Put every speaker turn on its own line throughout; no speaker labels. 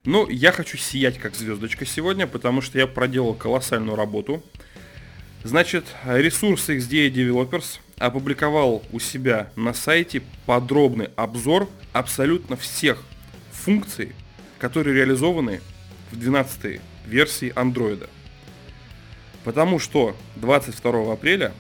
Ну, я хочу сиять как звездочка сегодня, потому что я проделал колоссальную работу. Значит, ресурс XDA Developers опубликовал у себя на сайте подробный обзор абсолютно всех функций, которые реализованы в 12-й версии Android. Потому что 22 апреля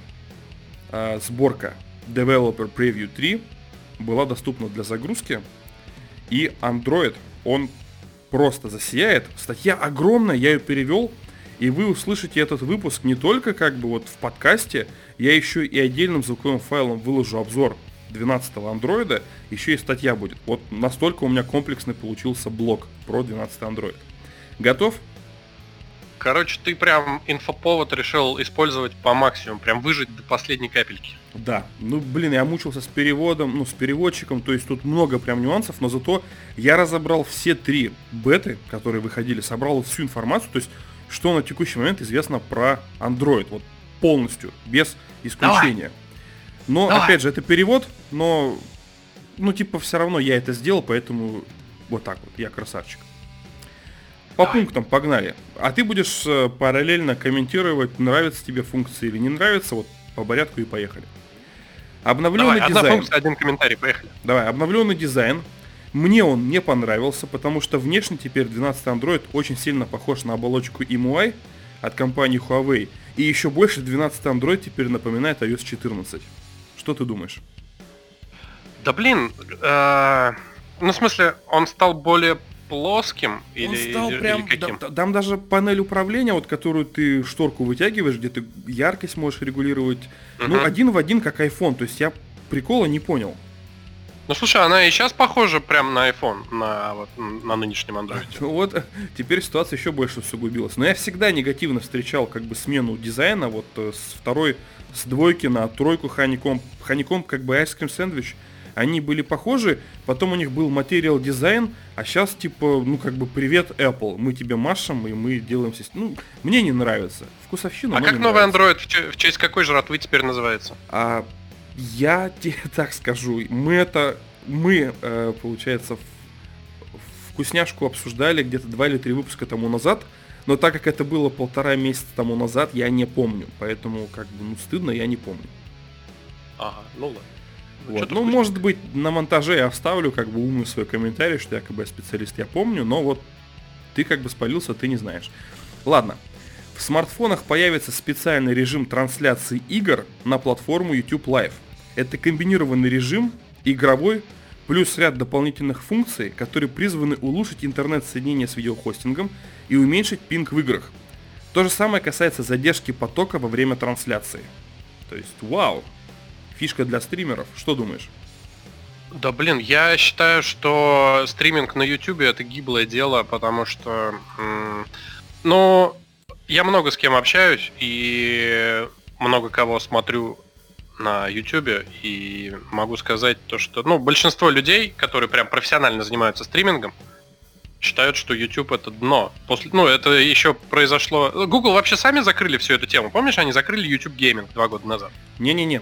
сборка Developer Preview 3 была доступна для загрузки, и Android, он просто засияет. Статья огромная, я ее перевел, и вы услышите этот выпуск не только как бы вот в подкасте, я еще и отдельным звуковым файлом выложу обзор 12-го Android, еще и статья будет. Вот настолько у меня комплексный получился блог про 12-й Android. Готов?
Короче, ты прям инфоповод решил использовать по максимуму, прям выжать до последней капельки.
Да, ну блин, я мучился с переводом, с переводчиком, то есть тут много прям нюансов, но зато я разобрал все 3 беты, которые выходили, собрал всю информацию, то есть что на текущий момент известно про Android, вот полностью, без исключения. Но, опять же, это перевод, но, типа, все равно я это сделал, поэтому вот так вот, я красавчик. По пунктам погнали. А ты будешь параллельно комментировать, нравятся тебе функции или не нравятся, вот по порядку и поехали. Обновленный дизайн.
Одна функция, один комментарий, поехали.
Давай, обновленный дизайн. Мне он не понравился, потому что внешне теперь 12-й Android очень сильно похож на оболочку MIUI от компании Huawei. И еще больше 12-й Android теперь напоминает iOS 14. Что ты думаешь?
Да блин, в смысле, он стал более плоским
Он стал прям, или каким? Там даже панель управления, вот которую ты шторку вытягиваешь, где ты яркость можешь регулировать, один в один как iPhone, то есть я прикола не понял.
Ну слушай, она и сейчас похожа прям на iPhone, на нынешнем Android.
Вот теперь ситуация еще больше усугубилась. Но я всегда негативно встречал как бы смену дизайна, вот с двойки на тройку Honeycomb. Honeycomb как бы Ice Cream Sandwich. Они были похожи, потом у них был Material Design, а сейчас типа, привет, Apple, мы тебе машем, и мы делаем... мне не нравится. Вкусовщина,
а как новый Android в честь какой жратвы теперь называется?
Я тебе так скажу, мы, получается, вкусняшку обсуждали где-то 2 или 3 выпуска тому назад, но так как это было 1,5 месяца тому назад, я не помню, поэтому стыдно, я не помню.
Ага, ну ладно.
Вот. Может быть, на монтаже я вставлю умный свой комментарий, что якобы я специалист, я помню, но вот ты спалился, ты не знаешь. Ладно. В смартфонах появится специальный режим трансляции игр на платформу YouTube Live. Это комбинированный режим, игровой, плюс ряд дополнительных функций, которые призваны улучшить интернет-соединение с видеохостингом и уменьшить пинг в играх. То же самое касается задержки потока во время трансляции. То есть, вау! Фишка для стримеров. Что думаешь?
Да блин, я считаю, что стриминг на YouTube это гиблое дело, потому что... я много с кем общаюсь и много кого смотрю на YouTube, и могу сказать то, что большинство людей, которые прям профессионально занимаются стримингом, считают, что YouTube это дно. Это еще произошло... Google вообще сами закрыли всю эту тему. Помнишь, они закрыли YouTube Gaming 2 года назад?
Не.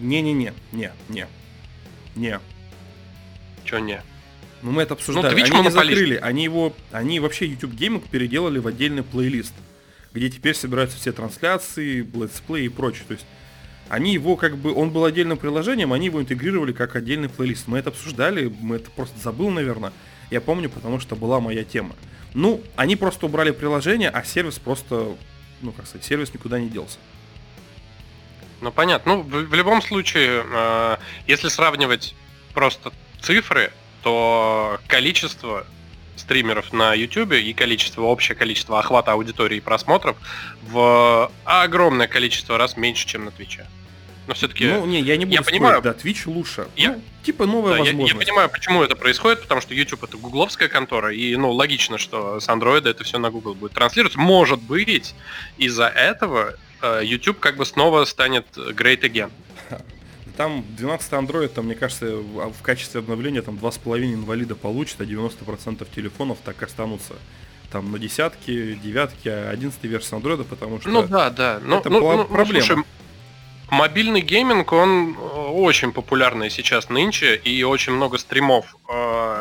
Чё не?
Мы это обсуждали. Они не закрыли. Они вообще YouTube Gaming переделали в отдельный плейлист, где теперь собираются все трансляции, летсплей и прочее. То есть они его он был отдельным приложением, они его интегрировали как отдельный плейлист. Мы это обсуждали, мы это просто забыл, наверное. Я помню, потому что была моя тема. Они просто убрали приложение, а сервис просто, сервис никуда не делся.
Понятно. В любом случае, если сравнивать просто цифры, то количество стримеров на YouTube и общее количество охвата аудитории и просмотров в огромное количество раз меньше, чем на Твиче. Но все-таки...
я не буду спорить, да, Twitch лучше. Новая возможность.
Я понимаю, почему это происходит, потому что YouTube это гугловская контора, и, логично, что с Android это все на Google будет транслироваться. Может быть, из-за этого YouTube снова станет great again.
Там 12 Android, мне кажется, в качестве обновления 2,5 инвалида получит, а 90% телефонов так останутся на десятки, девятки, 11 версии Android, потому что
да.
Это проблема.
Слушай, мобильный гейминг, он очень популярный сейчас нынче, и очень много стримов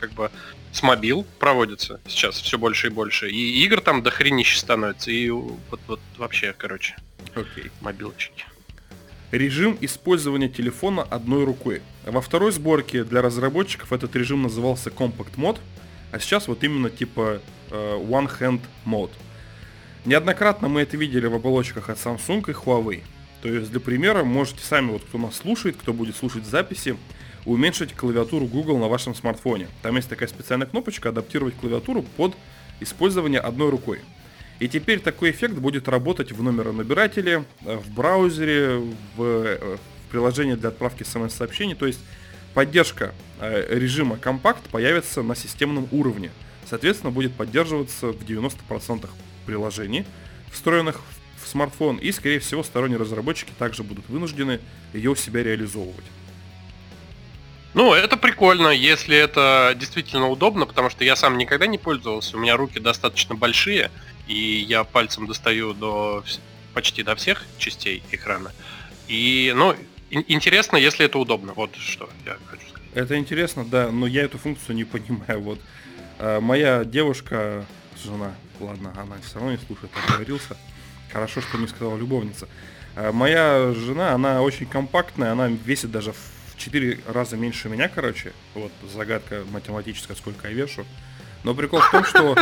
как бы с мобил проводится сейчас все больше и больше. И игр там дохренище становится. И вот вообще, короче, мобилочки.
Режим использования телефона одной рукой. Во второй сборке для разработчиков этот режим назывался Compact Mode, а сейчас вот именно типа One Hand Mode. Неоднократно мы это видели в оболочках от Samsung и Huawei. То есть, для примера, можете сами, вот кто нас слушает, кто будет слушать записи, уменьшить клавиатуру Google на вашем смартфоне. Там есть такая специальная кнопочка «Адаптировать клавиатуру под использование одной рукой». И теперь такой эффект будет работать в номеронабирателе, в браузере, в приложении для отправки смс-сообщений. То есть поддержка режима компакт появится на системном уровне. Соответственно, будет поддерживаться в 90% приложений, встроенных в смартфон. И, скорее всего, сторонние разработчики также будут вынуждены ее у себя реализовывать.
Ну, это прикольно, если это действительно удобно, потому что я сам никогда не пользовался. У меня руки достаточно большие, и я пальцем достаю почти до всех частей экрана. И, интересно, если это удобно. Вот что я хочу сказать.
Это интересно, да, но я эту функцию не понимаю. Вот моя девушка, жена, ладно, она все равно не слушает, оговорился. Хорошо, что не сказала любовница. Моя жена, она очень компактная, она весит даже в 4 раза меньше меня, короче. Вот загадка математическая, сколько я вешу. Но прикол в том, что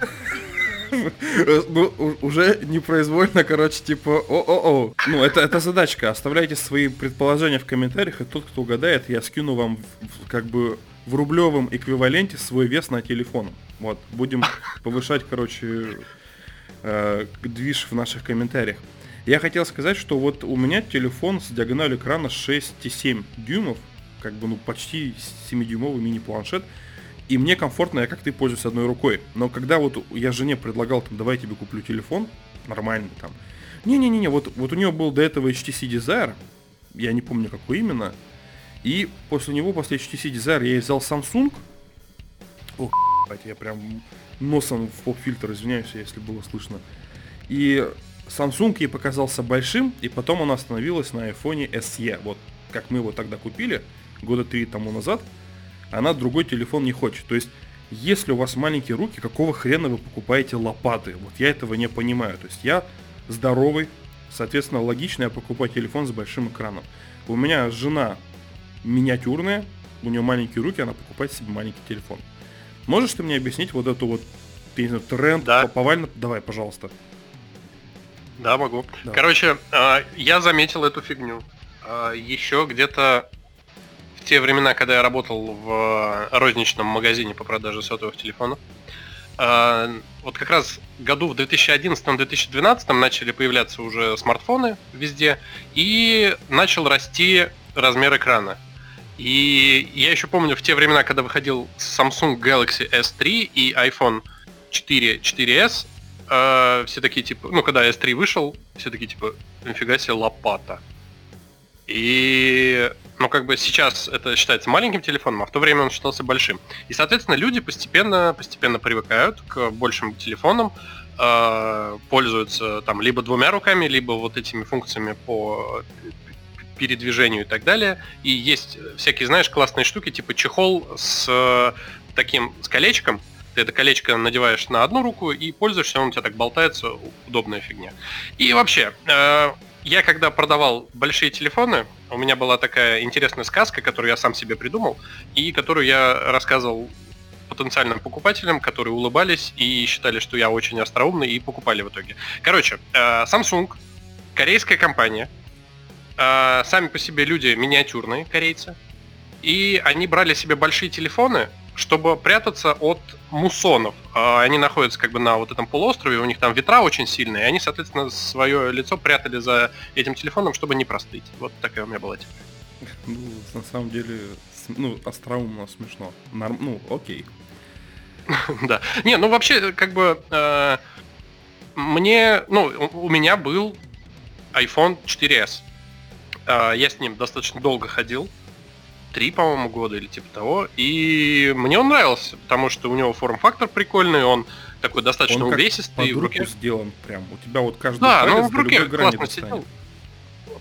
уже непроизвольно, короче, типа, Ну, это задачка. Оставляйте свои предположения в комментариях, и тот, кто угадает, я скину вам как бы в рублевом эквиваленте свой вес на телефон. Вот, будем повышать, короче, движ в наших комментариях. Я хотел сказать, что вот у меня телефон с диагональю экрана 6,7 дюймов, как бы, почти 7-дюймовый мини-планшет. И мне комфортно, я как ты пользуюсь одной рукой. Но когда вот я жене предлагал, там, давай я тебе куплю телефон, нормальный там. Не-не-не, вот у нее был до этого HTC Desire, я не помню какой именно. И после него, после HTC Desire, я взял Samsung. Ох, я прям носом в поп-фильтр, извиняюсь, если было слышно. И Samsung ей показался большим, и потом она остановилась на iPhone SE. Вот как мы его тогда купили, года 3 тому назад. Она другой телефон не хочет. То есть, если у вас маленькие руки, какого хрена вы покупаете лопаты? Вот я этого не понимаю. То есть, я здоровый, соответственно, логично я покупаю телефон с большим экраном. У меня жена миниатюрная, у нее маленькие руки, она покупает себе маленький телефон. Можешь ты мне объяснить вот эту вот, я не знаю, тренд?
Да.
Повально? Давай, пожалуйста.
Да, могу.
Да.
Короче, я заметил эту фигню. Еще где-то в те времена, когда я работал в розничном магазине по продаже сотовых телефонов, вот как раз году в 2011-2012 начали появляться уже смартфоны везде, и начал расти размер экрана. И я еще помню в те времена, когда выходил Samsung Galaxy S3 и iPhone 4s, все такие типа, когда S3 вышел, все такие типа, нифига себе лопата. И, как бы сейчас это считается маленьким телефоном, а в то время он считался большим. И, соответственно, люди постепенно привыкают к большим телефонам, пользуются там либо двумя руками, либо вот этими функциями по передвижению и так далее. И есть всякие, знаешь, классные штуки, типа чехол с колечком. Ты это колечко надеваешь на одну руку и пользуешься, он у тебя так болтается, удобная фигня. И вообще, я когда продавал большие телефоны, у меня была такая интересная сказка, которую я сам себе придумал, и которую я рассказывал потенциальным покупателям, которые улыбались и считали, что я очень остроумный, и покупали в итоге. Короче, Samsung, корейская компания, сами по себе люди миниатюрные, корейцы, и они брали себе большие телефоны, чтобы прятаться от муссонов. Они находятся как бы на вот этом полуострове, у них там ветра очень сильные, и они, соответственно, свое лицо прятали за этим телефоном, чтобы не простыть. Вот такая у меня была тема.
На самом деле, остроумно, смешно. Окей.
Да. Не, вообще, как бы, у меня был iPhone 4s. Я с ним достаточно долго ходил. 3, по-моему, года или типа того. И мне он нравился, потому что у него форм-фактор прикольный, он такой достаточно увесистый.
Под руку сделан прям. У тебя вот каждый
да,
палец
в руке
до любой грани
классно сидел.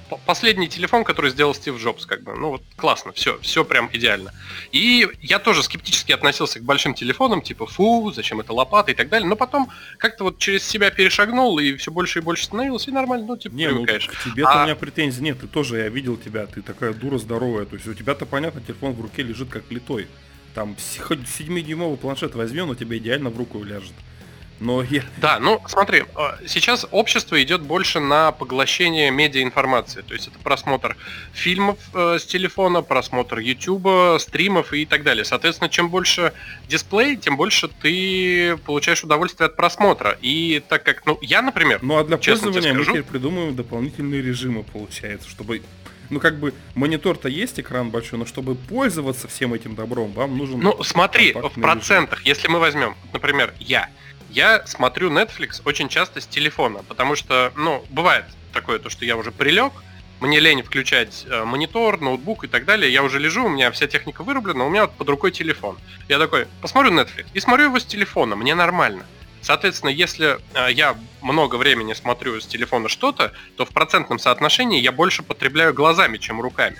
последний телефон, который сделал Стив Джобс, как бы. Ну вот классно, все прям идеально. И я тоже скептически относился к большим телефонам, типа фу, зачем это лопата и так далее. Но потом как-то вот через себя перешагнул и все больше и больше становился, и нормально, ну типа привыкаешь.
К тебе-то у меня претензий нет, ты тоже, я видел тебя, ты такая дура здоровая, то есть у тебя-то понятно, телефон в руке лежит как литой. Там хоть 7-дюймовый планшет возьми, он у тебя идеально в руку ляжет. Но я...
Да, ну смотри, сейчас общество идет больше на поглощение медиаинформации. То есть это просмотр фильмов с телефона, просмотр Ютуба, стримов и так далее. Соответственно, чем больше дисплей, тем больше ты получаешь удовольствие от просмотра. И так как, ну, я, например,
ну а для пользования мы теперь придумываем дополнительные режимы, получается, чтобы... Ну, как бы, монитор-то есть, экран большой, но чтобы пользоваться всем этим добром, вам нужен...
Ну, смотри, в процентах, если мы возьмем, например, я смотрю Netflix очень часто с телефона, потому что, ну, бывает такое, то, что я уже прилег, мне лень включать монитор, ноутбук и так далее, я уже лежу, у меня вся техника вырублена, у меня вот под рукой телефон. Я такой, посмотрю Netflix, и смотрю его с телефона, мне нормально. Соответственно, если я много времени смотрю с телефона что-то, то в процентном соотношении я больше потребляю глазами, чем руками.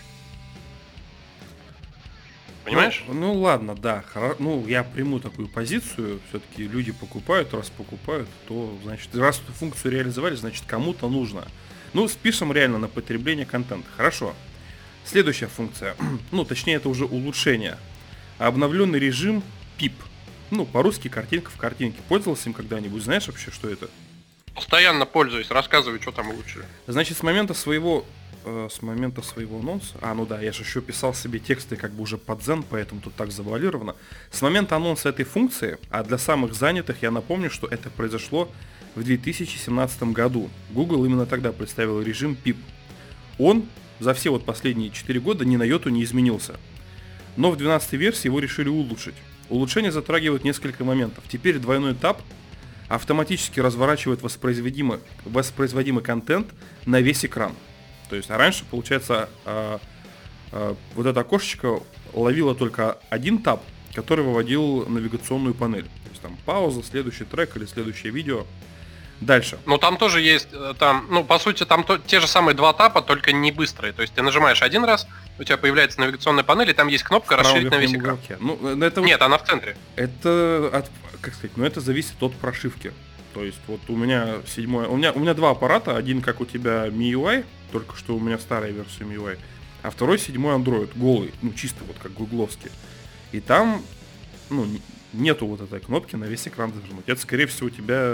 Понимаешь?
Ну ладно, да. Ну, я приму такую позицию. Все-таки люди покупают, раз покупают, то, значит, раз эту функцию реализовали, значит, кому-то нужно. Ну, спишем реально на потребление контента. Хорошо. Следующая функция. Ну, точнее, это уже улучшение. Обновленный режим PIP. Ну, по-русски картинка в картинке. Пользовался им когда-нибудь? Знаешь вообще, что это?
Постоянно пользуюсь, рассказывай, что там лучше.
Значит, с момента своего анонса, ну да, я же еще писал себе тексты как бы уже под Zen, поэтому тут так завуалировано. С момента анонса этой функции, а для самых занятых я напомню, что это произошло в 2017 году. Google именно тогда представил режим PIP. Он за все вот последние 4 года ни на йоту не изменился. Но в 12 версии его решили улучшить. Улучшение затрагивает несколько моментов. Теперь двойной тап автоматически разворачивает воспроизводимый контент на весь экран. То есть, а раньше, получается, вот это окошечко ловило только один тап, который выводил навигационную панель. То есть там пауза, следующий трек или следующее видео. Дальше.
Ну там тоже есть, там, ну по сути там те же самые два тапа, только не быстрые. То есть ты нажимаешь один раз, у тебя появляется навигационная панель, и там есть кнопка расширить на весь экран.
Ну, это
нет, она в центре.
Это, как сказать, это зависит от прошивки. То есть вот у меня у меня два аппарата, один как у тебя MIUI, только что у меня старая версия MIUI, а второй 7-й Android, голый, ну чисто вот как гугловский. И там, ну, нету вот этой кнопки на весь экран завернуть. Это, скорее всего,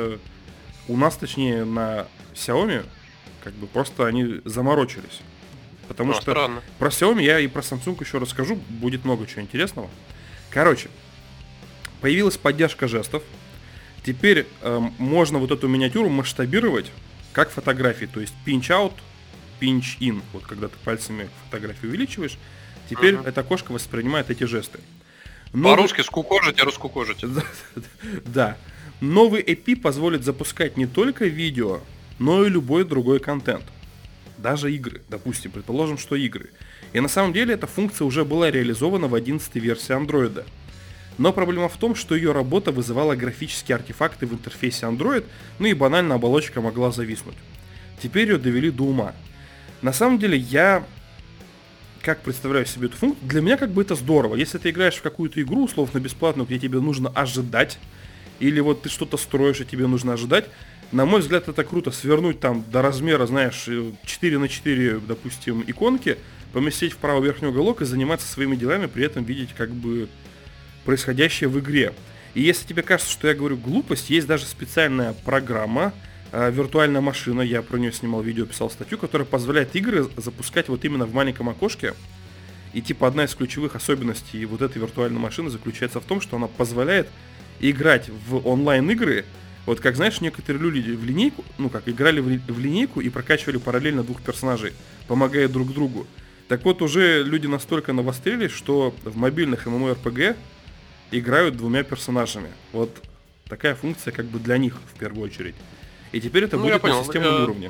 у нас, точнее, на Xiaomi, как бы просто они заморочились. Потому что
странно.
Про Xiaomi я и про Samsung еще расскажу, будет много чего интересного. Короче, появилась поддержка жестов. Теперь можно вот эту миниатюру масштабировать как фотографии, то есть pinch out, pinch in. Вот когда ты пальцами фотографию увеличиваешь, теперь эта кошка воспринимает эти жесты.
По-русски скукожить и раскукожить.
Да. Новый API позволит запускать не только видео, но и любой другой контент. Даже игры, допустим, предположим, что игры. И на самом деле эта функция уже была реализована в 11-й версии Android. Но проблема в том, что ее работа вызывала графические артефакты в интерфейсе Android, ну и банально оболочка могла зависнуть. Теперь ее довели до ума. На самом деле я, как представляю себе эту функцию, для меня как бы это здорово. Если ты играешь в какую-то игру, условно бесплатную, где тебе нужно ожидать, или вот ты что-то строишь, и тебе нужно ожидать, на мой взгляд, это круто, свернуть там до размера, знаешь, 4×4, допустим, иконки, поместить в правый верхний уголок и заниматься своими делами, при этом видеть как бы происходящее в игре. И если тебе кажется, что я говорю глупость, есть даже специальная программа, виртуальная машина, я про нее снимал видео, писал статью, которая позволяет игры запускать вот именно в маленьком окошке. И типа одна из ключевых особенностей вот этой виртуальной машины заключается в том, что она позволяет играть в онлайн-игры, вот как, знаешь, некоторые люди в линейку, ну как, играли в линейку и прокачивали параллельно двух персонажей, помогая друг другу. Так вот, уже люди настолько навострились, что в мобильных MMORPG играют двумя персонажами. Вот такая функция как бы для них в первую очередь. И теперь это будет на системном уровне.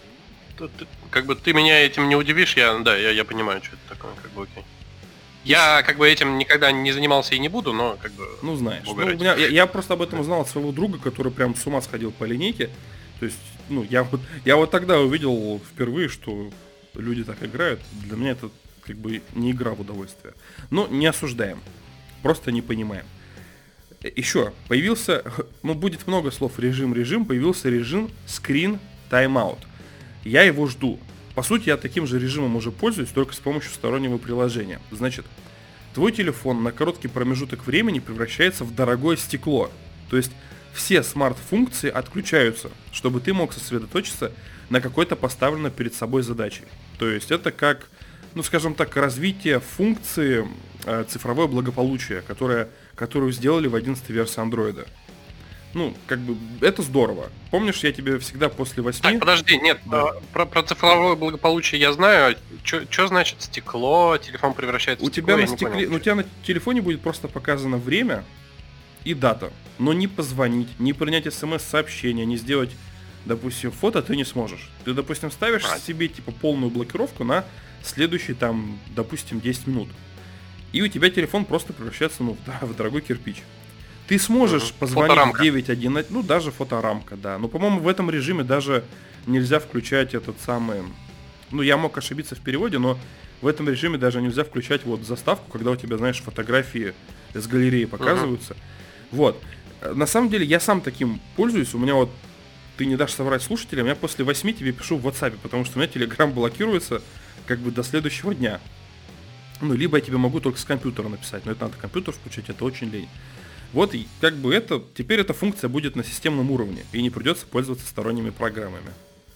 Как бы ты меня этим не удивишь, я понимаю, что это такое, как бы окей. Я как бы этим никогда не занимался и не буду, но как бы...
Ну знаешь, я просто об этом узнал от своего друга, который прям с ума сходил по линейке. То есть, ну, я вот тогда увидел впервые, что люди так играют. Для меня это как бы не игра в удовольствие. Но не осуждаем. Просто не понимаем. Еще появился, ну будет много слов режим, появился режим Screen Timeout. Я его жду. По сути, я таким же режимом уже пользуюсь, только с помощью стороннего приложения. Значит, твой телефон на короткий промежуток времени превращается в дорогое стекло. То есть все смарт-функции отключаются, чтобы ты мог сосредоточиться на какой-то поставленной перед собой задаче. То есть это как, ну скажем так, развитие функции цифровое благополучие, которую сделали в 11 версии андроида. Ну, как бы, это здорово. Помнишь, я тебе всегда после 8...
Так, подожди, нет,
Да.
Про цифровое благополучие я знаю. Что значит стекло, телефон превращается
У
в стекло?
тебя на
Я не
стекле,
понял.
ну, у тебя на телефоне будет просто показано время и дата. Но не позвонить, не принять смс-сообщение, не сделать, допустим, фото ты не сможешь. Ты, допустим, ставишь себе, типа, полную блокировку на следующие, там, допустим, 10 минут. И у тебя телефон просто превращается, ну, в дорогой кирпич. Ты сможешь позвонить
Фоторамка.
в 911, ну, даже фоторамка, да. Но, по-моему, в этом режиме даже нельзя включать этот самый... Ну, я мог ошибиться в переводе, но в этом режиме даже нельзя включать вот заставку, когда у тебя, знаешь, фотографии с галереи показываются. Вот. На самом деле, я сам таким пользуюсь. У меня вот, ты не дашь соврать слушателям, я после 8 тебе пишу в WhatsApp, потому что у меня Telegram блокируется как бы до следующего дня. Ну, либо я тебе могу только с компьютера написать, но это надо компьютер включать, это очень лень. Вот, и как бы это, теперь эта функция будет на системном уровне, и не придется пользоваться сторонними программами.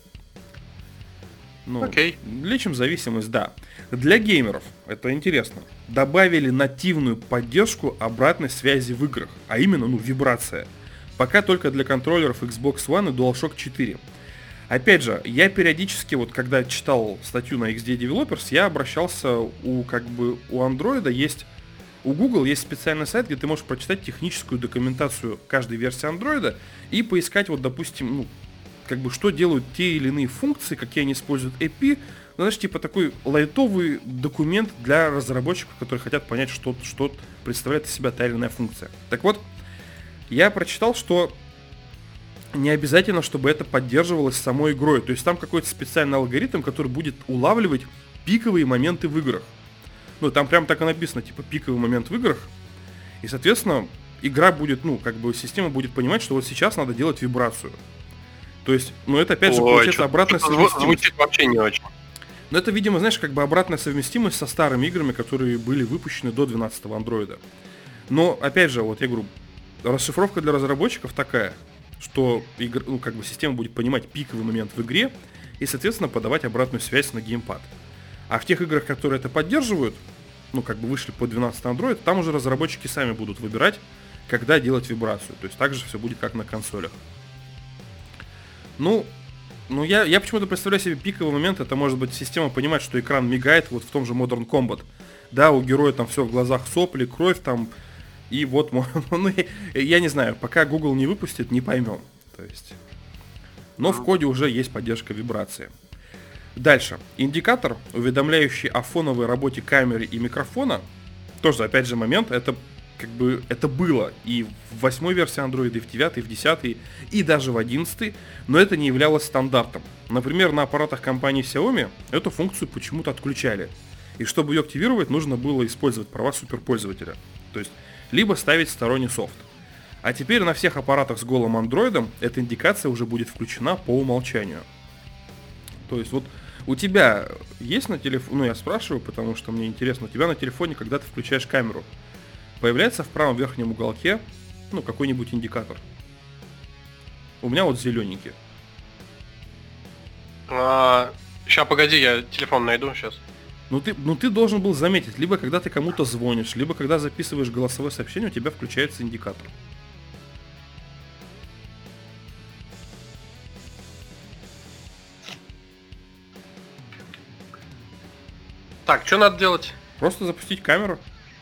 Ну,
Окей.
лечим зависимость, да. Для геймеров, это интересно, добавили нативную поддержку обратной связи в играх, а именно, ну, вибрация. Пока только для контроллеров Xbox One и DualShock 4. Опять же, я периодически, вот когда читал статью на XD Developers, я обращался у Android есть, у Google есть специальный сайт, где ты можешь прочитать техническую документацию каждой версии Android и поискать, вот, допустим, ну, как бы, что делают те или иные функции, какие они используют API, ну, знаешь, типа такой лайтовый документ для разработчиков, которые хотят понять, что представляет из себя та или иная функция. Так вот, я прочитал, что не обязательно, чтобы это поддерживалось самой игрой. То есть там какой-то специальный алгоритм, который будет улавливать пиковые моменты в играх. Ну, там прям так и написано, типа, пиковый момент в играх. И, соответственно, игра будет, ну, как бы система будет понимать, что вот сейчас надо делать вибрацию. То есть, ну, это опять же получается обратная совместимость.
Звучит вообще не очень.
Но это, видимо, знаешь, как бы обратная совместимость со старыми играми, которые были выпущены до 12-го андроида. Но, опять же, вот я говорю, расшифровка для разработчиков такая, что ну, как бы система будет понимать пиковый момент в игре и, соответственно, подавать обратную связь на геймпад. А в тех играх, которые это поддерживают, ну, как бы вышли по 12 Android, там уже разработчики сами будут выбирать, когда делать вибрацию. То есть так же все будет, как на консолях. Ну я почему-то представляю себе пиковый момент, это может быть система понимает, что экран мигает, вот в том же Modern Combat. Да, у героя там все в глазах сопли, кровь там, и вот, ну, я не знаю, пока Google не выпустит, не поймем. То есть, но в коде уже есть поддержка вибрации. Дальше. Индикатор, уведомляющий о фоновой работе камеры и микрофона, тоже, опять же, момент, это как бы это было и в 8 версии Android, и в 9, и в 10, и даже в 11, но это не являлось стандартом. Например, на аппаратах компании Xiaomi эту функцию почему-то отключали. И чтобы ее активировать, нужно было использовать права суперпользователя. То есть, либо ставить сторонний софт. А теперь на всех аппаратах с голым андроидом эта индикация уже будет включена по умолчанию. То есть, вот у тебя есть на телефоне, ну я спрашиваю, потому что мне интересно, у тебя на телефоне, когда ты включаешь камеру, появляется в правом верхнем уголке, ну, какой-нибудь индикатор. У меня вот зелененький.
Сейчас, погоди, я телефон найду сейчас.
Ну ты должен был заметить, либо когда ты кому-то звонишь, либо когда записываешь голосовое сообщение, у тебя включается индикатор.
Так, что надо делать?
Просто запустить камеру.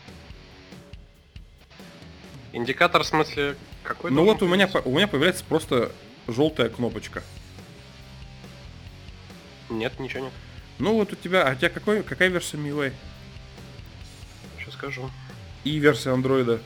Индикатор в смысле какой?
Ну вот у меня появляется просто желтая кнопочка.
Нет, ничего нет.
Ну вот у тебя какая версия MIUI?
Сейчас скажу.
И версия андроида.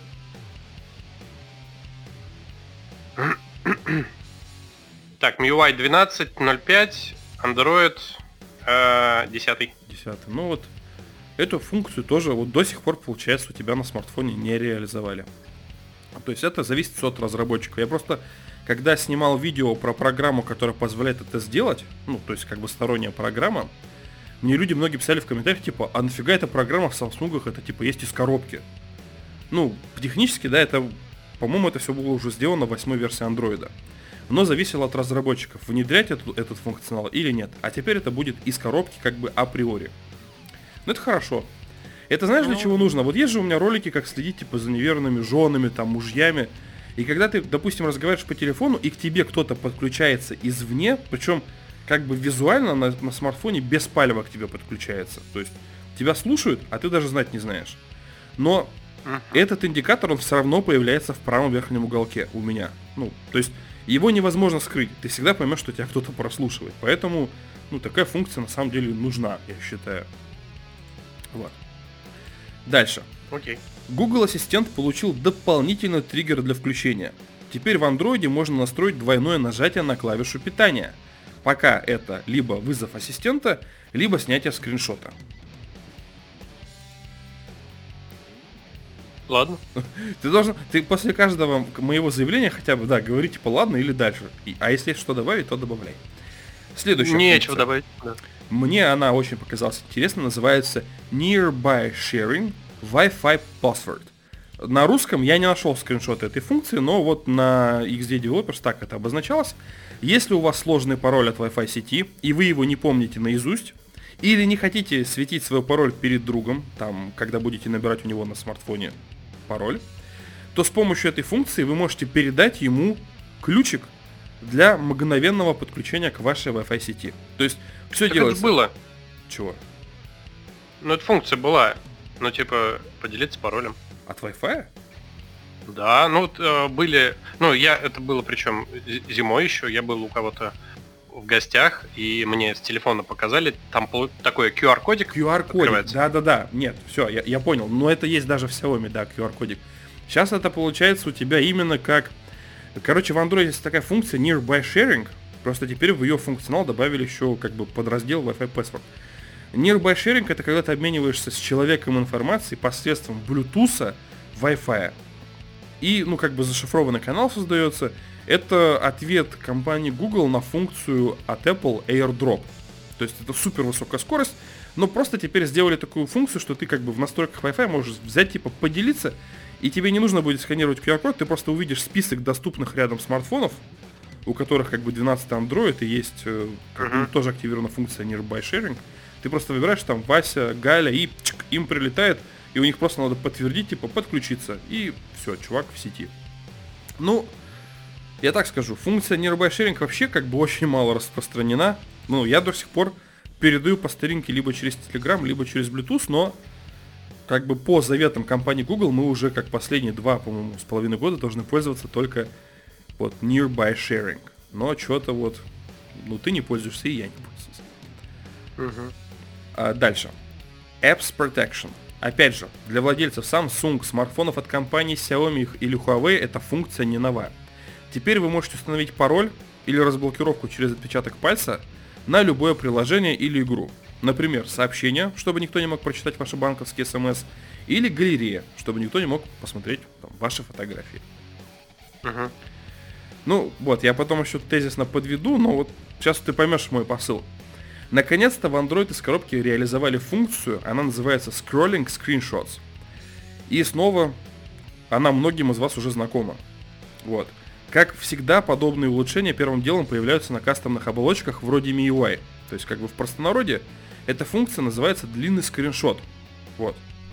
Так, MIUI 12.05, Android 10.
10. Ну вот, эту функцию тоже вот до сих пор, получается, у тебя на смартфоне не реализовали. То есть это зависит все от разработчика. Я просто, когда снимал видео про программу, которая позволяет это сделать, ну, то есть как бы сторонняя программа, мне люди многие писали в комментариях, типа, а нафига эта программа в Samsung, это типа есть из коробки. Ну, технически, да, это, по-моему, это все было уже сделано в 8 версии Android. Но зависело от разработчиков, внедрять этот функционал или нет. А теперь это будет из коробки как бы априори. Ну, это хорошо. Это знаешь, для чего нужно? Вот есть же у меня ролики, как следить типа за неверными женами, там, мужьями. И когда ты, допустим, разговариваешь по телефону, и к тебе кто-то подключается извне, причем как бы визуально на смартфоне без палева к тебе подключается. То есть тебя слушают, а ты даже знать не знаешь. Но этот индикатор, он все равно появляется в правом верхнем уголке у меня. Ну, то есть его невозможно скрыть. Ты всегда поймешь, что тебя кто-то прослушивает. Поэтому, ну, такая функция на самом деле нужна, я считаю. Вот. Дальше.
Окей.
Google Ассистент получил дополнительный триггер для включения. Теперь в Android можно настроить двойное нажатие на клавишу питания. Пока это либо вызов ассистента, либо снятие скриншота.
Ладно.
Ты после каждого моего заявления хотя бы, да, говори типа ладно или дальше. А если есть что добавить, то добавляй. Следующая
Нечего
функция.
добавить. Да.
Мне она очень показалась интересной, называется Nearby Sharing Wi-Fi Password. На русском я не нашел скриншота этой функции, но вот на XD Developers так это обозначалось. Если у вас сложный пароль от Wi-Fi сети, и вы его не помните наизусть, или не хотите светить свой пароль перед другом, там, когда будете набирать у него на смартфоне пароль, то с помощью этой функции вы можете передать ему ключик для мгновенного подключения к вашей Wi-Fi сети. То есть все
Так
делается...
это было.
Чего?
Ну, эта функция была. Ну, типа, поделиться паролем.
От Wi-Fi?
Да, ну вот были... Ну, это было причем зимой еще. Я был у кого-то в гостях, и мне с телефона показали, там такой QR-кодик
QR-кодик, да-да-да, нет, все, я понял, но это есть даже в Xiaomi, да, QR-кодик. Сейчас это получается у тебя именно как... Короче, в Android есть такая функция Nearby Sharing, просто теперь в ее функционал добавили еще как бы подраздел Wi-Fi Password. Nearby Sharing это когда ты обмениваешься с человеком информацией посредством Bluetooth, Wi-Fi. И, ну, как бы зашифрованный канал создается. Это ответ компании Google на функцию от Apple AirDrop. То есть это супер высокая скорость, но просто теперь сделали такую функцию, что ты как бы в настройках Wi-Fi можешь взять, типа, поделиться, и тебе не нужно будет сканировать QR-код, ты просто увидишь список доступных рядом смартфонов, у которых как бы 12 Android и есть тоже активирована функция Nearby Sharing. Ты просто выбираешь там Вася, Галя, и им прилетает, и у них просто надо подтвердить, типа, подключиться, и все, чувак в сети. Ну, я так скажу, функция Nearby Sharing вообще как бы очень мало распространена. Ну, я до сих пор передаю по старинке либо через Telegram, либо через Bluetooth, но как бы по заветам компании Google мы уже как последние 2, по-моему, с половиной года должны пользоваться только вот Nearby Sharing. Но что-то вот, ну ты не пользуешься, и я не пользуюсь. Дальше. Apps Protection. Опять же, для владельцев Samsung, смартфонов от компаний Xiaomi или Huawei эта функция не нова. Теперь вы можете установить пароль или разблокировку через отпечаток пальца на любое приложение или игру. Например, сообщения, чтобы никто не мог прочитать ваши банковские смс, или галерея, чтобы никто не мог посмотреть там, ваши фотографии. Ну, вот, я потом еще тезисно подведу, но вот сейчас ты поймешь мой посыл. Наконец-то в Android из коробки реализовали функцию, она называется Scrolling Screenshots. И снова она многим из вас уже знакома. Вот. Как всегда, подобные улучшения первым делом появляются на кастомных оболочках вроде MIUI. То есть, как бы в простонародье, эта функция называется длинный скриншот. Вот.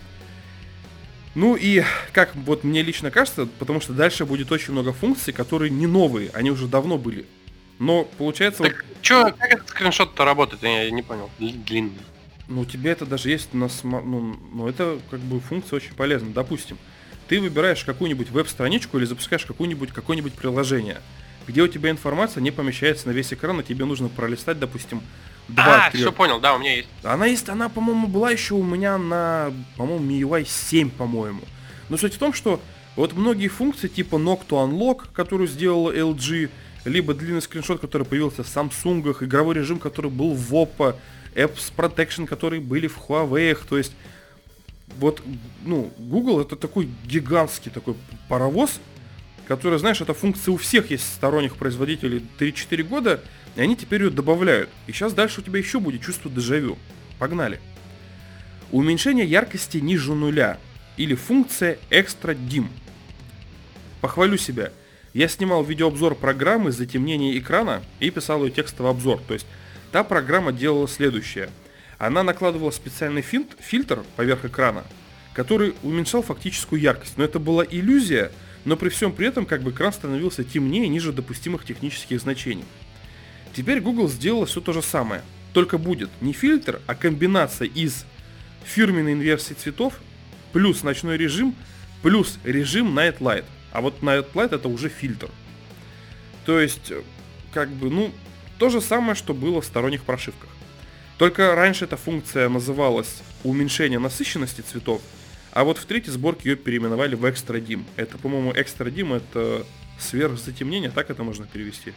Ну и, как вот мне лично кажется, потому что дальше будет очень много функций, которые не новые, они уже давно были. Но получается...
Так,
вот,
чё, как этот скриншот-то работает, я не понял. Длинный.
ну, у тебя это даже есть на ну, это как бы функция очень полезна. Допустим, ты выбираешь какую-нибудь веб-страничку или запускаешь какое-нибудь приложение, где у тебя информация не помещается на весь экран, и тебе нужно пролистать, допустим, 2-3.
Все понял, да, у меня есть.
Она, по-моему, была еще у меня на, по-моему, MIUI 7, по-моему. Но суть в том, что вот многие функции, типа Knock to Unlock, которую сделала LG, либо длинный скриншот, который появился в Samsung, игровой режим, который был в Oppo, Apps Protection, которые были в Huawei, то есть вот, ну, Google это такой гигантский такой паровоз, который, знаешь, эта функция у всех есть сторонних производителей 3-4 года, и они теперь ее добавляют. И сейчас дальше у тебя еще будет чувство дежавю. Погнали. Уменьшение яркости ниже нуля, или функция Extra Dim. Похвалю себя. Я снимал видеообзор программы затемнения экрана и писал ее текстовый обзор. То есть та программа делала следующее. Она накладывала специальный фильтр поверх экрана, который уменьшал фактическую яркость. Но это была иллюзия, но при всем при этом как бы экран становился темнее ниже допустимых технических значений. Теперь Google сделала все то же самое. Только будет не фильтр, а комбинация из фирменной инверсии цветов плюс ночной режим плюс режим Night Light. А вот Night Light это уже фильтр. То есть, как бы, ну, то же самое, что было в сторонних прошивках. Только раньше эта функция называлась уменьшение насыщенности цветов, а вот в третьей сборке ее переименовали в Extra Dim. Это, по-моему, Extra Dim это сверхзатемнение, так это можно перевести?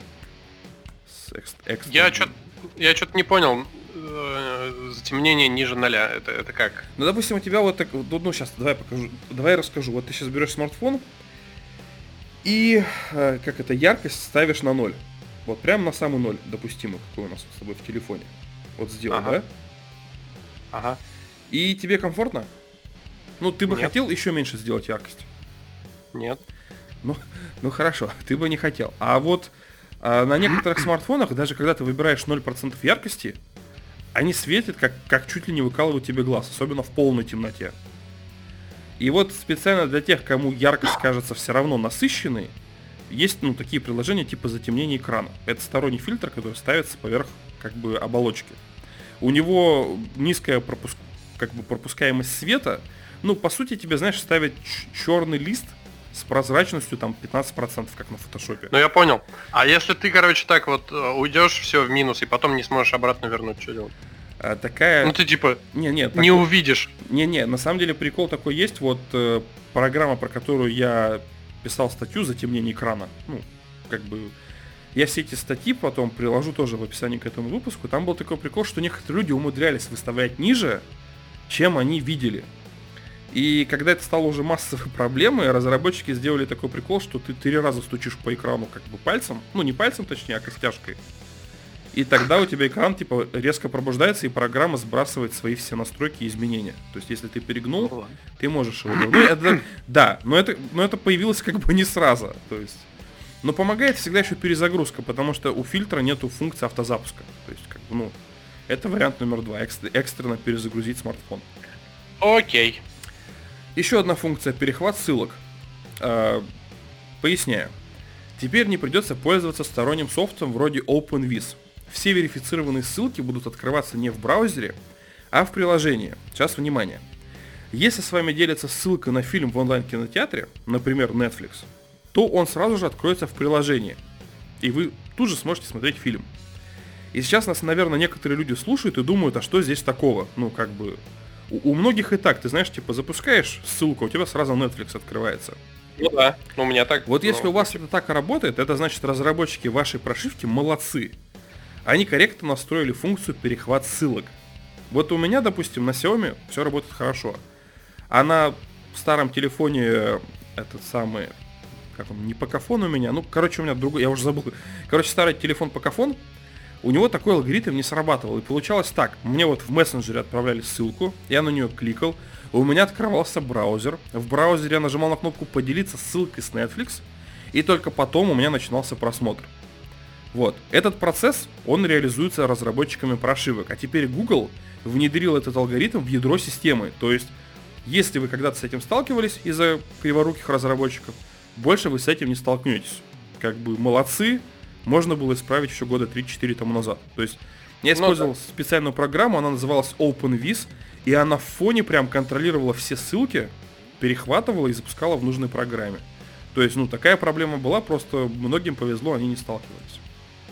Я что-то не понял. Затемнение ниже 0. Это как?
Ну, допустим, у тебя вот так, ну, сейчас, давай расскажу. Вот ты сейчас берешь смартфон и, как это, яркость ставишь на 0. Вот прям на самый 0 допустимый, какой у нас с тобой в телефоне. Вот сделал, ага. Да?
Ага.
И тебе комфортно? Ну, ты бы
Нет.
хотел еще меньше сделать яркость?
Нет.
Ну хорошо, ты бы не хотел. А вот на некоторых смартфонах, даже когда ты выбираешь 0% яркости, они светят, как чуть ли не выкалывают тебе глаз, особенно в полной темноте. И вот специально для тех, кому яркость кажется все равно насыщенной, есть, ну, такие приложения типа затемнения экрана. Это сторонний фильтр, который ставится поверх как бы оболочки. У него низкая пропускаемость света. Ну, по сути, тебе, знаешь, ставят черный лист с прозрачностью там 15%, как на фотошопе.
Ну, я понял. А если ты, короче, так вот уйдешь все в минус и потом не сможешь обратно вернуть, что делать?
Такая...
Ну, ты типа
не
такой... увидишь.
Не, на самом деле прикол такой есть. Вот программа, про которую я писал статью «Затемнение экрана». Ну, как бы... Я все эти статьи потом приложу тоже в описании к этому выпуску. Там был такой прикол, что некоторые люди умудрялись выставлять ниже, чем они видели. И когда это стало уже массовой проблемой, разработчики сделали такой прикол, что ты 3 раза стучишь по экрану как бы пальцем, ну не пальцем точнее, а костяшкой. И тогда у тебя экран типа резко пробуждается, и программа сбрасывает свои все настройки и изменения. То есть если ты перегнул, ты можешь его вернуть. Да, но это появилось как бы не сразу. То есть, но помогает всегда еще перезагрузка, потому что у фильтра нету функции автозапуска. То есть, как бы, ну, это вариант номер 2, экстренно перезагрузить смартфон.
Окей.
Еще одна функция — перехват ссылок. Поясняю. Теперь не придется пользоваться сторонним софтом вроде OpenVis. Все верифицированные ссылки будут открываться не в браузере, а в приложении. Сейчас внимание. Если с вами делится ссылка на фильм в онлайн-кинотеатре, например, Netflix, то он сразу же откроется в приложении. И вы тут же сможете смотреть фильм. И сейчас нас, наверное, некоторые люди слушают и думают, а что здесь такого? Ну, как бы... У многих и так, ты знаешь, типа запускаешь ссылку, у тебя сразу Netflix открывается.
Ну да, у меня так.
Вот если у вас это так работает, это значит, разработчики вашей прошивки молодцы. Они корректно настроили функцию перехват ссылок. Вот у меня, допустим, на Xiaomi все работает хорошо. А на старом телефоне этот самый, как он, не Pocophone у меня, ну, короче, у меня другой, я уже забыл. Короче, старый телефон Pocophone, у него такой алгоритм не срабатывал. И получалось так, мне вот в мессенджере отправляли ссылку, я на нее кликал, у меня открывался браузер, в браузере я нажимал на кнопку «Поделиться ссылкой с Netflix», и только потом у меня начинался просмотр. Вот, этот процесс, он реализуется разработчиками прошивок, а теперь Google внедрил этот алгоритм в ядро системы, то есть, если вы когда-то с этим сталкивались из-за криворуких разработчиков, больше вы с этим не столкнетесь. Как бы молодцы, можно было исправить еще года 3-4 тому назад. То есть я использовал специальную программу, она называлась OpenVis, и она в фоне прям контролировала все ссылки, перехватывала и запускала в нужной программе. То есть, ну, такая проблема была, просто многим повезло, они не сталкивались.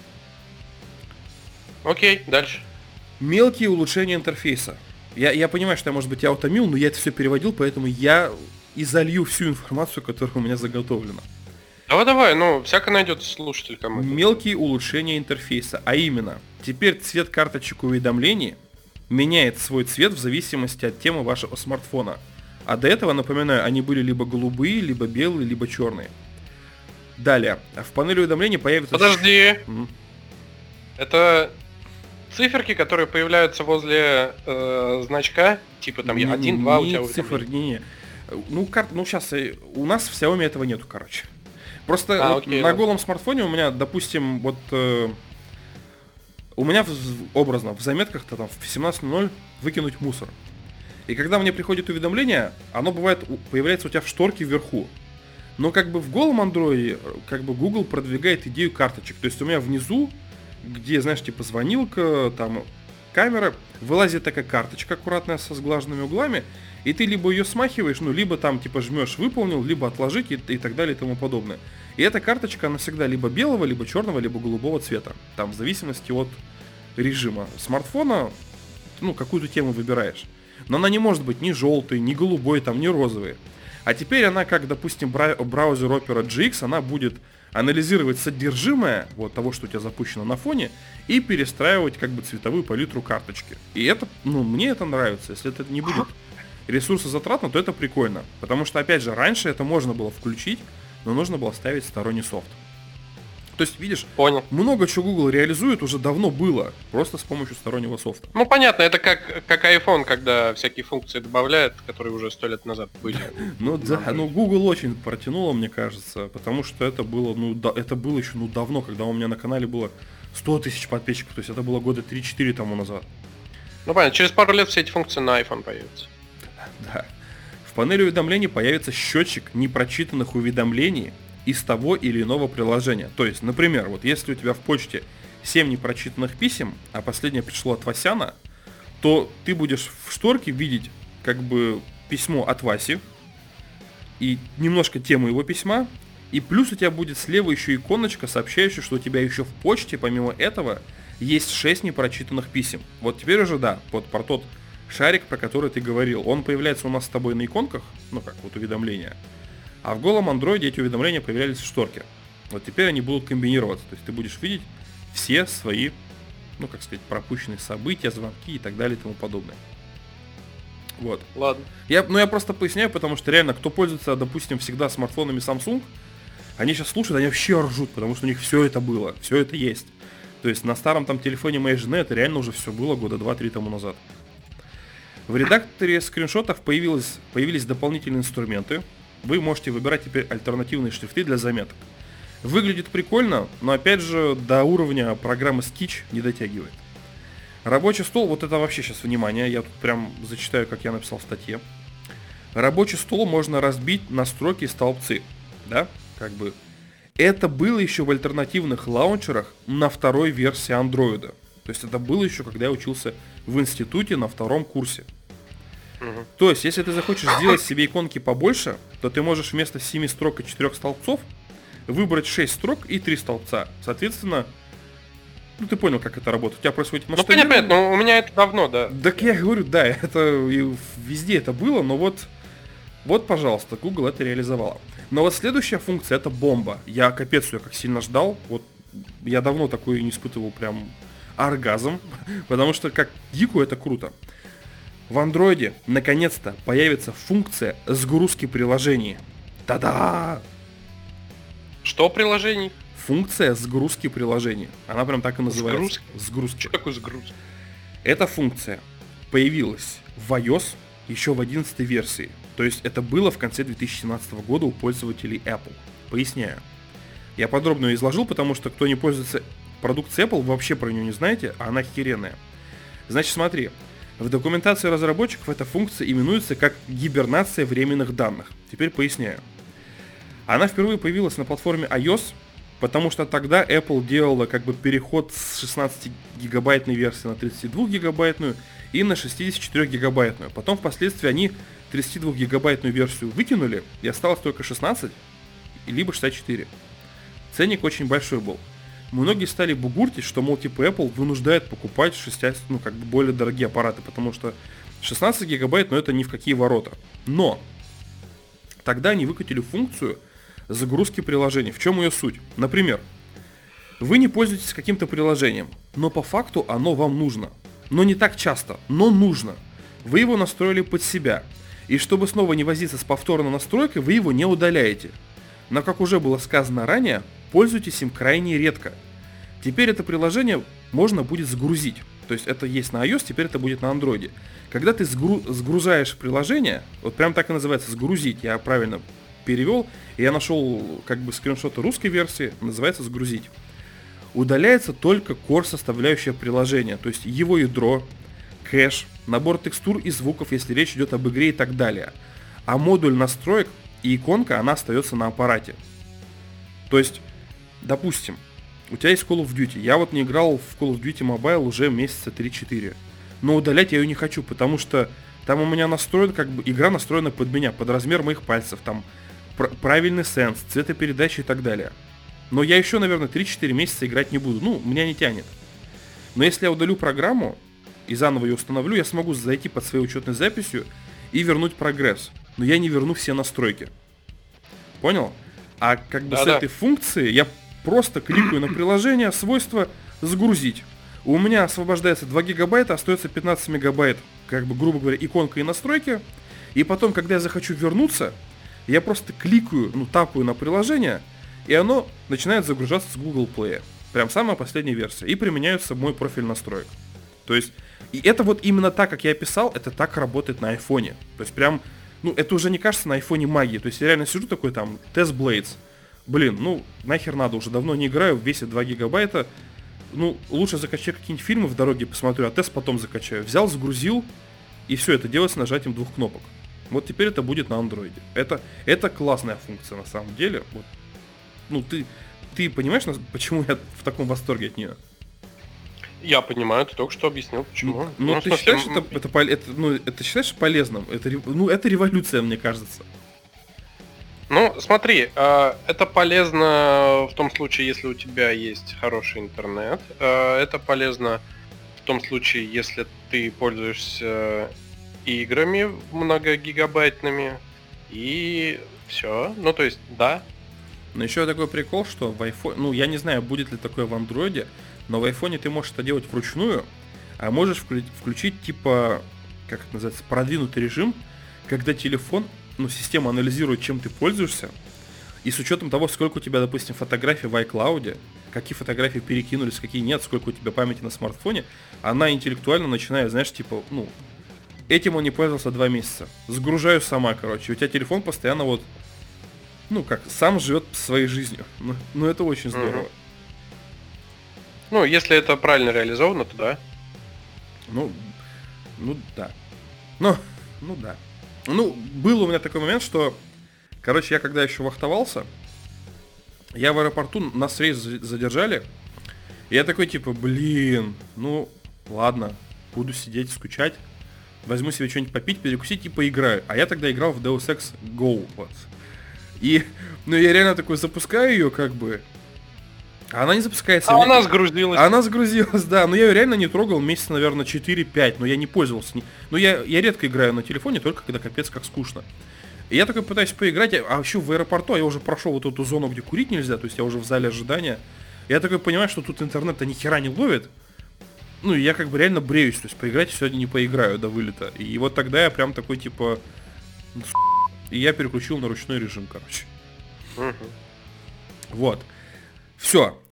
Окей, дальше.
Мелкие улучшения интерфейса. Я понимаю, что я, может быть, я утомил, но я это все переводил, поэтому я и залью всю информацию, которая у меня заготовлена.
Давай, ну, всяко найдется слушатель кому-то.
Мелкие улучшения интерфейса, а именно, теперь цвет карточек уведомлений меняет свой цвет в зависимости от темы вашего смартфона. А до этого, напоминаю, они были либо голубые, либо белые, либо черные. Далее. В панели уведомлений появится...
Подожди. Это циферки, которые появляются возле значка? Типа там 1, 2 у тебя
уведомления. Ну, сейчас у нас в Xiaomi этого нету, короче. Просто на голом смартфоне у меня, допустим, вот... у меня образно в заметках-то там в 17:00 выкинуть мусор. И когда мне приходит уведомление, оно бывает, появляется у тебя в шторке вверху. Но как бы в голом андроиде, как бы Google продвигает идею карточек. То есть у меня внизу, где, знаешь, типа звонилка, там камера, вылазит такая карточка аккуратная со сглаженными углами, и ты либо ее смахиваешь, ну, либо там типа жмешь выполнил, либо отложить и так далее и тому подобное. И эта карточка, она всегда либо белого, либо черного, либо голубого цвета. Там в зависимости от режима смартфона, ну, какую-то тему выбираешь. Но она не может быть ни желтой, ни голубой, там, ни розовой. А теперь она, как, допустим, браузер Opera GX, она будет анализировать содержимое вот того, что у тебя запущено на фоне, и перестраивать как бы цветовую палитру карточки. И это, ну, мне это нравится. Если это не будет ресурсозатратно, то это прикольно. Потому что, опять же, раньше это можно было включить, но нужно было ставить сторонний софт. То есть, видишь,
понял.
Много чего Google реализует уже давно было, просто с помощью стороннего софта.
Ну, понятно, это как iPhone, когда всякие функции добавляет, которые уже 100 лет назад были.
Ну да, ну Google очень протянуло, мне кажется, потому что это было, это было еще давно, когда у меня на канале было 100 тысяч подписчиков, то есть это было года 3-4 тому назад.
Ну понятно, через пару лет все эти функции на iPhone появятся.
Да. В панели уведомлений появится счетчик непрочитанных уведомлений из того или иного приложения. То есть, например, вот если у тебя в почте 7 непрочитанных писем, а последнее пришло от Васяна, то ты будешь в шторке видеть как бы письмо от Васи и немножко тему его письма, и плюс у тебя будет слева еще иконочка, сообщающая, что у тебя еще в почте, помимо этого, есть 6 непрочитанных писем. Вот теперь уже да, вот про тот шарик, про который ты говорил, он появляется у нас с тобой на иконках, ну как вот уведомления. А в голом андроиде эти уведомления появлялись в шторке. Вот теперь они будут комбинироваться. То есть ты будешь видеть все свои, ну как сказать, пропущенные события, звонки и так далее и тому подобное. Вот.
Ладно.
Я просто поясняю, потому что реально, кто пользуется, допустим, всегда смартфонами Samsung, они сейчас слушают, они вообще ржут, потому что у них все это было, все это есть. То есть на старом там телефоне моей жены это реально уже все было года 2-3 тому назад. В редакторе скриншотов появились дополнительные инструменты. Вы можете выбирать теперь альтернативные шрифты для заметок. Выглядит прикольно, но опять же до уровня программы Sketch не дотягивает. Рабочий стол, вот это вообще сейчас внимание, я тут прям зачитаю, как я написал в статье. Рабочий стол можно разбить на строки и столбцы, да, как бы. Это было еще в альтернативных лаунчерах на второй версии андроида. То есть это было еще, когда я учился в институте на 2-м курсе. То есть, если ты захочешь сделать себе иконки побольше, то ты можешь вместо 7 строк и 4 столбцов выбрать 6 строк и 3 столбца. Соответственно, ну ты понял, как это работает. У тебя происходит масштабирование.
Ну понятно, но у меня это давно, да.
Так я говорю, да, это везде это было, но вот, пожалуйста, Google это реализовала. Но вот следующая функция — это бомба. Я капец ее как сильно ждал. Вот я давно такой не испытывал прям оргазм, потому что как дико это круто. В андроиде наконец-то появится функция сгрузки приложений. Та-да!
Что приложений?
Функция сгрузки приложений. Она прям так и называется. Сгрузки.
Что такое сгрузка?
Эта функция появилась в iOS еще в 11 версии. То есть это было в конце 2017 года у пользователей Apple. Поясняю. Я подробно ее изложил, потому что кто не пользуется продукцией Apple, вы вообще про нее не знаете, а она херенная. Значит, смотри. В документации разработчиков эта функция именуется как гибернация временных данных. Теперь поясняю. Она впервые появилась на платформе iOS, потому что тогда Apple делала как бы переход с 16-гигабайтной версии на 32-гигабайтную и на 64-гигабайтную. Потом впоследствии они 32-гигабайтную версию выкинули, и осталось только 16, либо 64. Ценник очень большой был. Многие стали бугуртить, что, мол, типа Apple вынуждает покупать более дорогие аппараты, потому что 16 гигабайт, это ни в какие ворота. Но тогда они выкатили функцию загрузки приложений. В чем ее суть? Например, вы не пользуетесь каким-то приложением, но по факту оно вам нужно. но не так часто, но нужно. Вы его настроили под себя. И чтобы снова не возиться с повторной настройкой, вы его не удаляете. Но, как уже было сказано ранее, пользуйтесь им крайне редко. Теперь это приложение можно будет загрузить. То есть это есть на iOS, теперь это будет на Android. Когда ты сгружаешь приложение, вот прям так и называется, сгрузить, я правильно перевел, и я нашел как бы скриншоты русской версии, называется сгрузить. Удаляется только core составляющая приложения, то есть его ядро, кэш, набор текстур и звуков, если речь идет об игре и так далее. А модуль настроек и иконка, она остается на аппарате. То есть, допустим, у тебя есть Call of Duty. Я вот не играл в Call of Duty Mobile уже месяца 3-4. Но удалять я ее не хочу, потому что там у меня настроен, как бы, игра настроена под меня, под размер моих пальцев, там правильный сенс, цветопередача и так далее. Но я еще, наверное, 3-4 месяца играть не буду. Ну, меня не тянет. Но если я удалю программу и заново ее установлю, я смогу зайти под своей учетной записью и вернуть прогресс. Но я не верну все настройки. Понял? А как бы с этой функцией я просто кликаю на приложение, свойства загрузить. У меня освобождается 2 гигабайта, остается 15 мегабайт, как бы, грубо говоря, иконка и настройки. И потом, когда я захочу вернуться, я просто кликаю, тапаю на приложение, и оно начинает загружаться с Google Play. Прям самая последняя версия. И применяется мой профиль настроек. То есть, и это вот именно так, как я описал, это так работает на айфоне. То есть прям, это уже не кажется на айфоне магии. То есть я реально сижу такой там, Test Blades. Блин, нахер надо, уже давно не играю, весит 2 гигабайта. Лучше закачаю какие-нибудь фильмы в дороге, посмотрю, а тест потом закачаю. Взял, загрузил, и все это делать с нажатием 2 кнопок. Вот теперь это будет на андроиде. Это классная функция на самом деле. Вот. Ты понимаешь, почему я в таком восторге от нее?
Я понимаю, ты только что объяснил, почему.
Ты считаешь, это считаешь полезным? Это революция, мне кажется.
Смотри, это полезно в том случае, если у тебя есть хороший интернет. Это полезно в том случае, если ты пользуешься играми многогигабайтными. И все. То есть, да.
Но еще такой прикол, что в iPhone, я не знаю, будет ли такое в андроиде, но в айфоне ты можешь это делать вручную, а можешь включить, типа, как это называется, продвинутый режим, когда телефон, система анализирует, чем ты пользуешься, и с учетом того, сколько у тебя, допустим, фотографий в iCloud, какие фотографии перекинулись, какие нет, сколько у тебя памяти на смартфоне, она интеллектуально начинает, знаешь, типа, этим он не пользовался 2 месяца. Сгружаю сама, короче. У тебя телефон постоянно сам живет своей жизнью. Это очень здорово.
Если это правильно реализовано, то да.
Да. Да. Был у меня такой момент, что, короче, я когда еще вахтовался, я в аэропорту, нас рейс задержали, и я такой, типа, ладно, буду сидеть, скучать, возьму себе что-нибудь попить, перекусить и поиграю. А я тогда играл в Deus Ex Go, вот. И, я реально такой запускаю ее, как бы, а она не запускается.
Она сгрузилась.
Она сгрузилась, да. Но я ее реально не трогал месяца, наверное, 4-5. Но я не пользовался. Я редко играю на телефоне, только когда капец как скучно. И я такой пытаюсь поиграть, а еще в аэропорту, я уже прошел вот эту зону, где курить нельзя, то есть я уже в зале ожидания. Я такой понимаю, что тут интернет-то ни хера не ловит. И я как бы реально бреюсь, то есть поиграть сегодня не поиграю до вылета. И вот тогда я прям такой, типа, и я переключил на ручной режим, короче. Вот. Все.